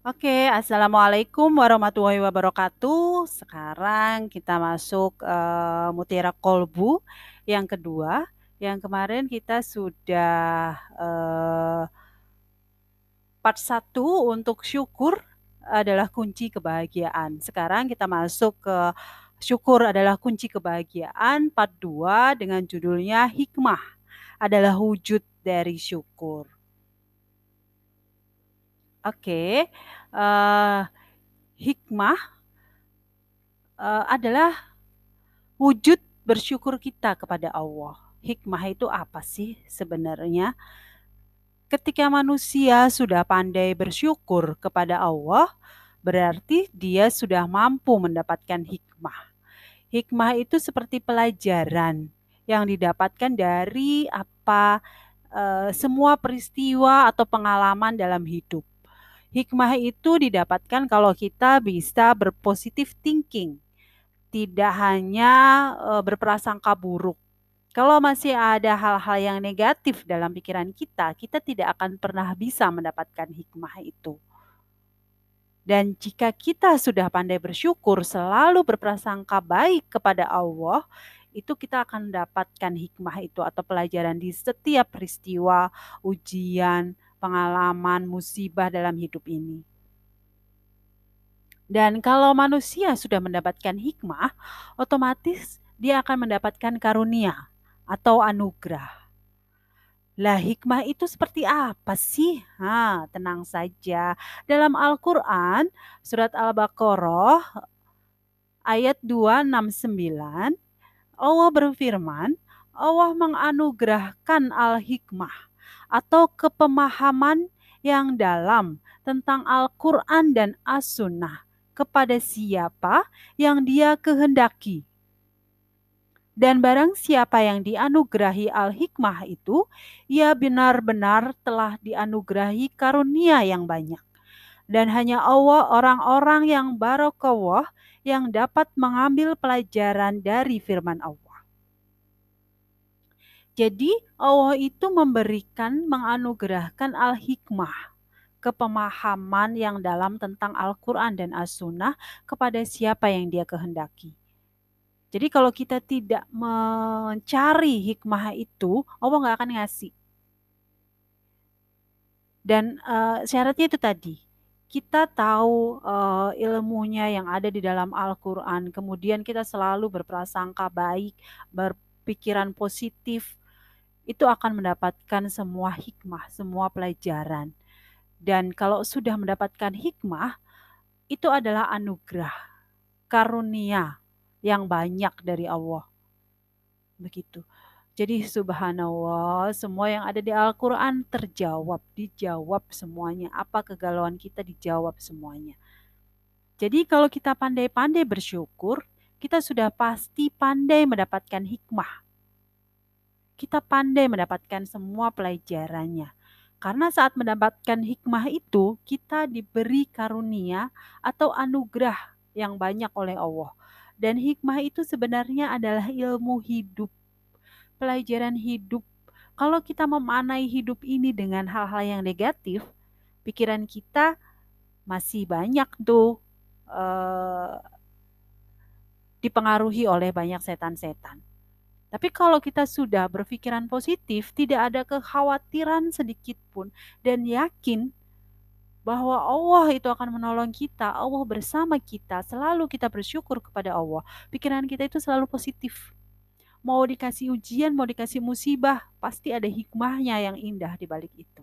Oke, assalamualaikum warahmatullahi wabarakatuh. Sekarang kita masuk Mutiara Kolbu yang kedua. Yang kemarin kita sudah part 1 untuk syukur adalah kunci kebahagiaan. Sekarang kita masuk ke syukur adalah kunci kebahagiaan part 2 dengan judulnya hikmah adalah wujud dari syukur. Oke, eh, hikmah adalah wujud bersyukur kita kepada Allah. Hikmah itu apa sih sebenarnya? Ketika manusia sudah pandai bersyukur kepada Allah, berarti dia sudah mampu mendapatkan hikmah. Hikmah itu seperti pelajaran yang didapatkan dari semua peristiwa atau pengalaman dalam hidup. Hikmah itu didapatkan kalau kita bisa berpositif thinking, tidak hanya berprasangka buruk. Kalau masih ada hal-hal yang negatif dalam pikiran kita, kita tidak akan pernah bisa mendapatkan hikmah itu. Dan jika kita sudah pandai bersyukur, selalu berprasangka baik kepada Allah, itu kita akan mendapatkan hikmah itu atau pelajaran di setiap peristiwa, ujian, pengalaman, musibah dalam hidup ini. Dan kalau manusia sudah mendapatkan hikmah, otomatis dia akan mendapatkan karunia atau anugerah. Lah hikmah itu seperti apa sih? Tenang saja. Dalam Al-Quran, surat Al-Baqarah ayat 269, Allah berfirman, Allah menganugerahkan al-hikmah atau kepemahaman yang dalam tentang Al-Quran dan As-Sunnah kepada siapa yang dia kehendaki. Dan barang siapa yang dianugerahi al-hikmah itu, ia benar-benar telah dianugerahi karunia yang banyak. Dan hanya Allah orang-orang yang barokallah yang dapat mengambil pelajaran dari firman Allah. Jadi Allah itu menganugerahkan al-hikmah, kepemahaman yang dalam tentang Al-Quran dan As-Sunnah kepada siapa yang dia kehendaki. Jadi kalau kita tidak mencari hikmah itu, Allah nggak akan ngasih. Dan syaratnya itu tadi, kita tahu ilmunya yang ada di dalam Al-Quran, kemudian kita selalu berprasangka baik, berpikiran positif, itu akan mendapatkan semua hikmah, semua pelajaran. Dan kalau sudah mendapatkan hikmah, itu adalah anugerah, karunia yang banyak dari Allah. Begitu. Jadi subhanallah, semua yang ada di Al-Quran terjawab, dijawab semuanya. Apa kegalauan kita dijawab semuanya. Jadi kalau kita pandai-pandai bersyukur, kita sudah pasti pandai mendapatkan hikmah. Kita pandai mendapatkan semua pelajarannya. Karena saat mendapatkan hikmah itu, kita diberi karunia atau anugerah yang banyak oleh Allah. Dan hikmah itu sebenarnya adalah ilmu hidup, pelajaran hidup. Kalau kita memaknai hidup ini dengan hal-hal yang negatif, pikiran kita masih banyak tuh eh, dipengaruhi oleh banyak setan-setan. Tapi kalau kita sudah berpikiran positif, tidak ada kekhawatiran sedikit pun, dan yakin bahwa Allah itu akan menolong kita, Allah bersama kita, selalu kita bersyukur kepada Allah. Pikiran kita itu selalu positif. Mau dikasih ujian, mau dikasih musibah, pasti ada hikmahnya yang indah di balik itu.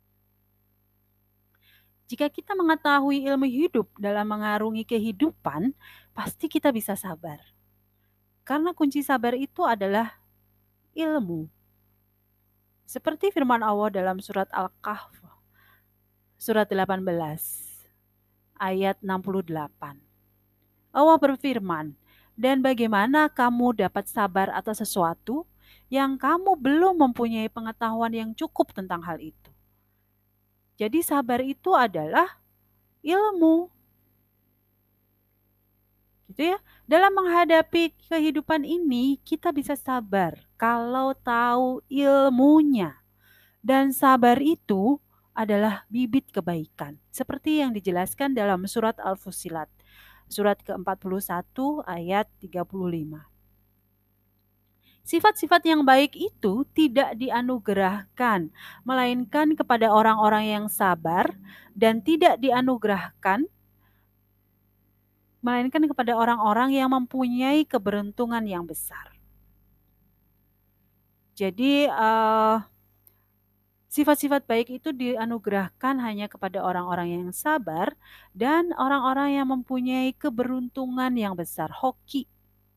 Jika kita mengetahui ilmu hidup dalam mengarungi kehidupan, pasti kita bisa sabar. Karena kunci sabar itu adalah ilmu. Seperti firman Allah dalam surat Al-Kahf, surat 18, ayat 68. Allah berfirman, dan bagaimana kamu dapat sabar atas sesuatu yang kamu belum mempunyai pengetahuan yang cukup tentang hal itu. Jadi sabar itu adalah ilmu. Gitu ya. Dalam menghadapi kehidupan ini, kita bisa sabar kalau tahu ilmunya. Dan sabar itu adalah bibit kebaikan. Seperti yang dijelaskan dalam surat Al-Fussilat, surat ke-41 ayat 35. Sifat-sifat yang baik itu tidak dianugerahkan, melainkan kepada orang-orang yang sabar, dan tidak dianugerahkan, melainkan kepada orang-orang yang mempunyai keberuntungan yang besar. Jadi sifat-sifat baik itu dianugerahkan hanya kepada orang-orang yang sabar dan orang-orang yang mempunyai keberuntungan yang besar, hoki.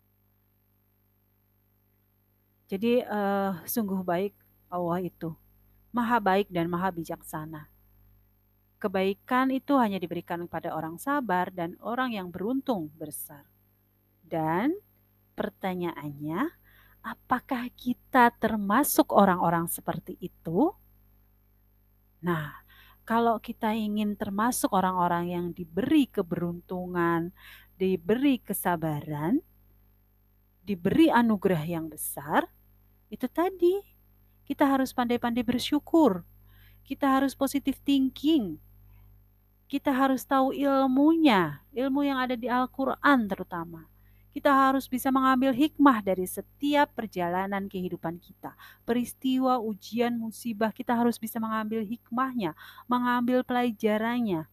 Jadi sungguh baik Allah itu, maha baik dan maha bijaksana. Kebaikan itu hanya diberikan kepada orang sabar dan orang yang beruntung besar. Dan pertanyaannya, apakah kita termasuk orang-orang seperti itu? Nah, kalau kita ingin termasuk orang-orang yang diberi keberuntungan, diberi kesabaran, diberi anugerah yang besar, itu tadi kita harus pandai-pandai bersyukur. Kita harus positive thinking. Kita harus tahu ilmunya, ilmu yang ada di Al-Quran terutama. Kita harus bisa mengambil hikmah dari setiap perjalanan kehidupan kita. Peristiwa, ujian, musibah, kita harus bisa mengambil hikmahnya, mengambil pelajarannya.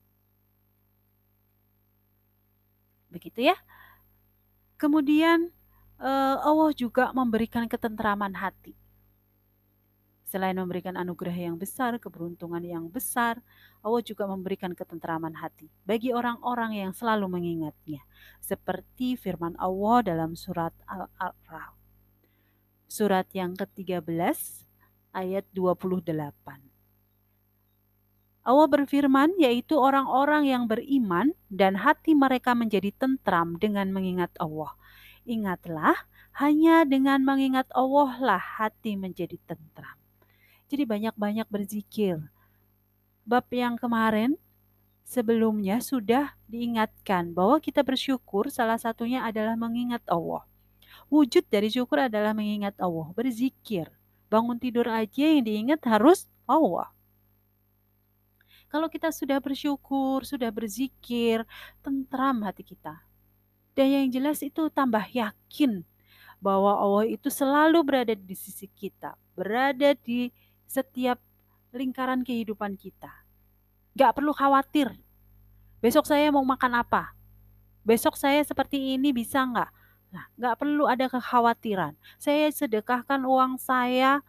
Begitu ya. Kemudian Allah juga memberikan ketentraman hati. Selain memberikan anugerah yang besar, keberuntungan yang besar, Allah juga memberikan ketentraman hati bagi orang-orang yang selalu mengingatnya. Seperti firman Allah dalam surat Al-A'raf. Surat yang ke-13 ayat 28. Allah berfirman, yaitu orang-orang yang beriman dan hati mereka menjadi tentram dengan mengingat Allah. Ingatlah, hanya dengan mengingat Allah lah hati menjadi tentram. Jadi banyak-banyak berzikir. Bab yang kemarin sebelumnya sudah diingatkan bahwa kita bersyukur salah satunya adalah mengingat Allah. Wujud dari syukur adalah mengingat Allah, berzikir. Bangun tidur aja yang diingat harus Allah. Kalau kita sudah bersyukur, sudah berzikir, tentram hati kita. Dan yang jelas itu tambah yakin bahwa Allah itu selalu berada di sisi kita, berada di setiap lingkaran kehidupan kita. Gak perlu khawatir, besok saya mau makan apa? Besok saya seperti ini bisa nggak? Nah, nggak perlu ada kekhawatiran. Saya sedekahkan uang saya,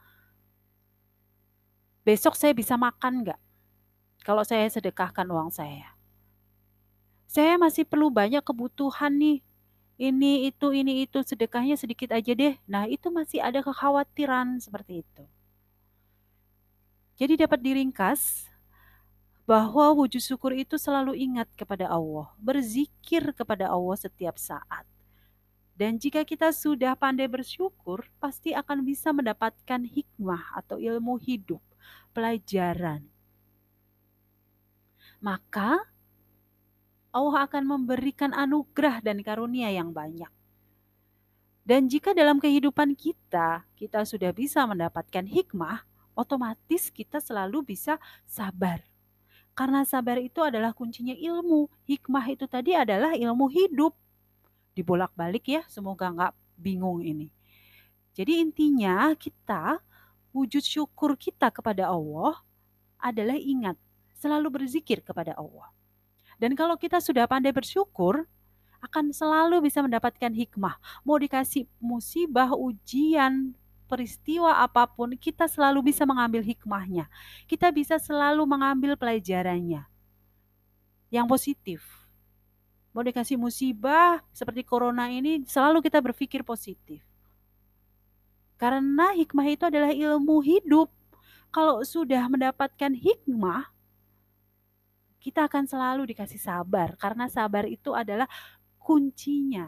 besok saya bisa makan nggak? Kalau saya sedekahkan uang saya. Saya masih perlu banyak kebutuhan nih. Ini itu, sedekahnya sedikit aja deh. Nah, itu masih ada kekhawatiran seperti itu. Jadi dapat diringkas bahwa wujud syukur itu selalu ingat kepada Allah, berzikir kepada Allah setiap saat. Dan jika kita sudah pandai bersyukur, pasti akan bisa mendapatkan hikmah atau ilmu hidup, pelajaran. Maka Allah akan memberikan anugerah dan karunia yang banyak. Dan jika dalam kehidupan kita, kita sudah bisa mendapatkan hikmah, otomatis kita selalu bisa sabar. Karena sabar itu adalah kuncinya ilmu. Hikmah itu tadi adalah ilmu hidup. Dibolak-balik ya, semoga nggak bingung ini. Jadi intinya kita, wujud syukur kita kepada Allah adalah ingat, selalu berzikir kepada Allah. Dan kalau kita sudah pandai bersyukur, akan selalu bisa mendapatkan hikmah. Mau dikasih musibah, ujian, peristiwa apapun, kita selalu bisa mengambil hikmahnya. Kita bisa selalu mengambil pelajarannya yang positif. Mau dikasih musibah seperti corona ini, selalu kita berpikir positif. Karena hikmah itu adalah ilmu hidup. Kalau sudah mendapatkan hikmah, kita akan selalu dikasih sabar. Karena sabar itu adalah kuncinya.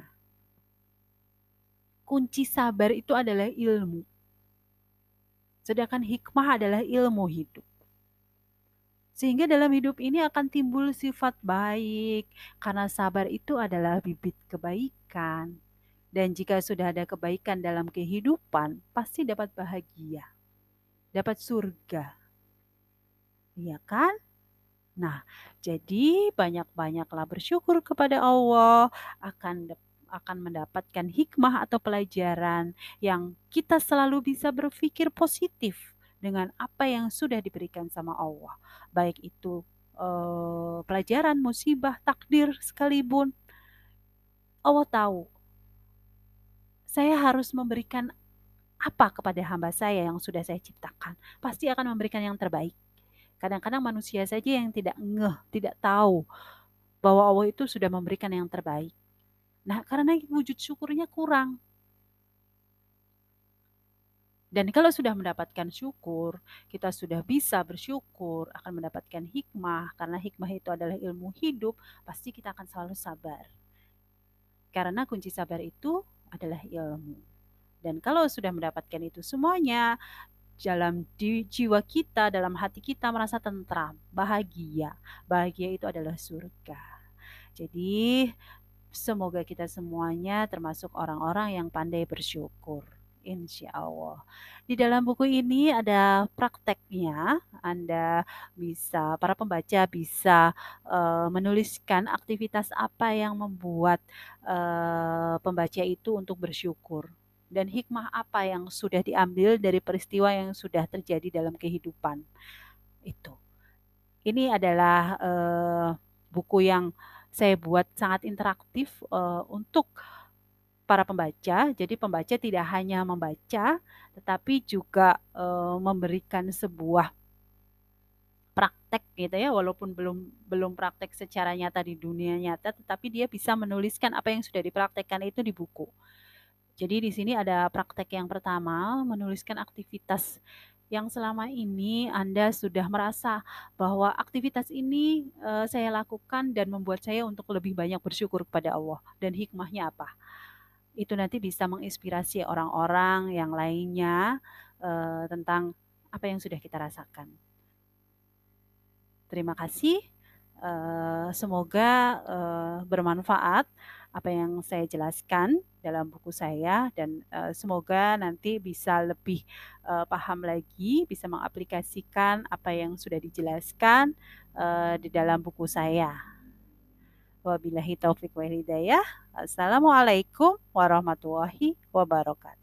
Kunci sabar itu adalah ilmu. Sedangkan hikmah adalah ilmu hidup. Sehingga dalam hidup ini akan timbul sifat baik. Karena sabar itu adalah bibit kebaikan. Dan jika sudah ada kebaikan dalam kehidupan, pasti dapat bahagia. Dapat surga. iya kan? Nah, jadi banyak-banyaklah bersyukur kepada Allah akan akan mendapatkan hikmah atau pelajaran yang kita selalu bisa berpikir positif dengan apa yang sudah diberikan sama Allah. Baik itu pelajaran, musibah, takdir sekalipun, Allah tahu saya harus memberikan apa kepada hamba saya yang sudah saya ciptakan. Pasti akan memberikan yang terbaik. Kadang-kadang manusia saja yang tidak ngeh, tidak tahu bahwa Allah itu sudah memberikan yang terbaik. Nah, karena wujud syukurnya kurang. Dan kalau sudah mendapatkan syukur, kita sudah bisa bersyukur, akan mendapatkan hikmah, karena hikmah itu adalah ilmu hidup, pasti kita akan selalu sabar. Karena kunci sabar itu adalah ilmu. Dan kalau sudah mendapatkan itu semuanya, dalam jiwa kita, dalam hati kita merasa tentram, bahagia. Bahagia itu adalah surga. Jadi semoga kita semuanya termasuk orang-orang yang pandai bersyukur. Insya Allah. Di dalam buku ini ada prakteknya. Anda bisa, para pembaca bisa menuliskan aktivitas apa yang membuat pembaca itu untuk bersyukur. Dan hikmah apa yang sudah diambil dari peristiwa yang sudah terjadi dalam kehidupan itu. Ini adalah buku yang saya buat sangat interaktif untuk para pembaca. Jadi pembaca tidak hanya membaca, tetapi juga memberikan sebuah praktek gitu ya, walaupun belum belum praktek secara nyata di dunia nyata, tetapi dia bisa menuliskan apa yang sudah dipraktekkan itu di buku. Jadi di sini ada praktek yang pertama, menuliskan aktivitas yang selama ini Anda sudah merasa bahwa aktivitas ini saya lakukan dan membuat saya untuk lebih banyak bersyukur kepada Allah dan hikmahnya apa. Itu nanti bisa menginspirasi orang-orang yang lainnya tentang apa yang sudah kita rasakan. Terima kasih. Semoga bermanfaat apa yang saya jelaskan dalam buku saya dan semoga nanti bisa lebih paham lagi, bisa mengaplikasikan apa yang sudah dijelaskan di dalam buku saya. Wabillahi taufik wal hidayah. Assalamualaikum warahmatullahi wabarakatuh.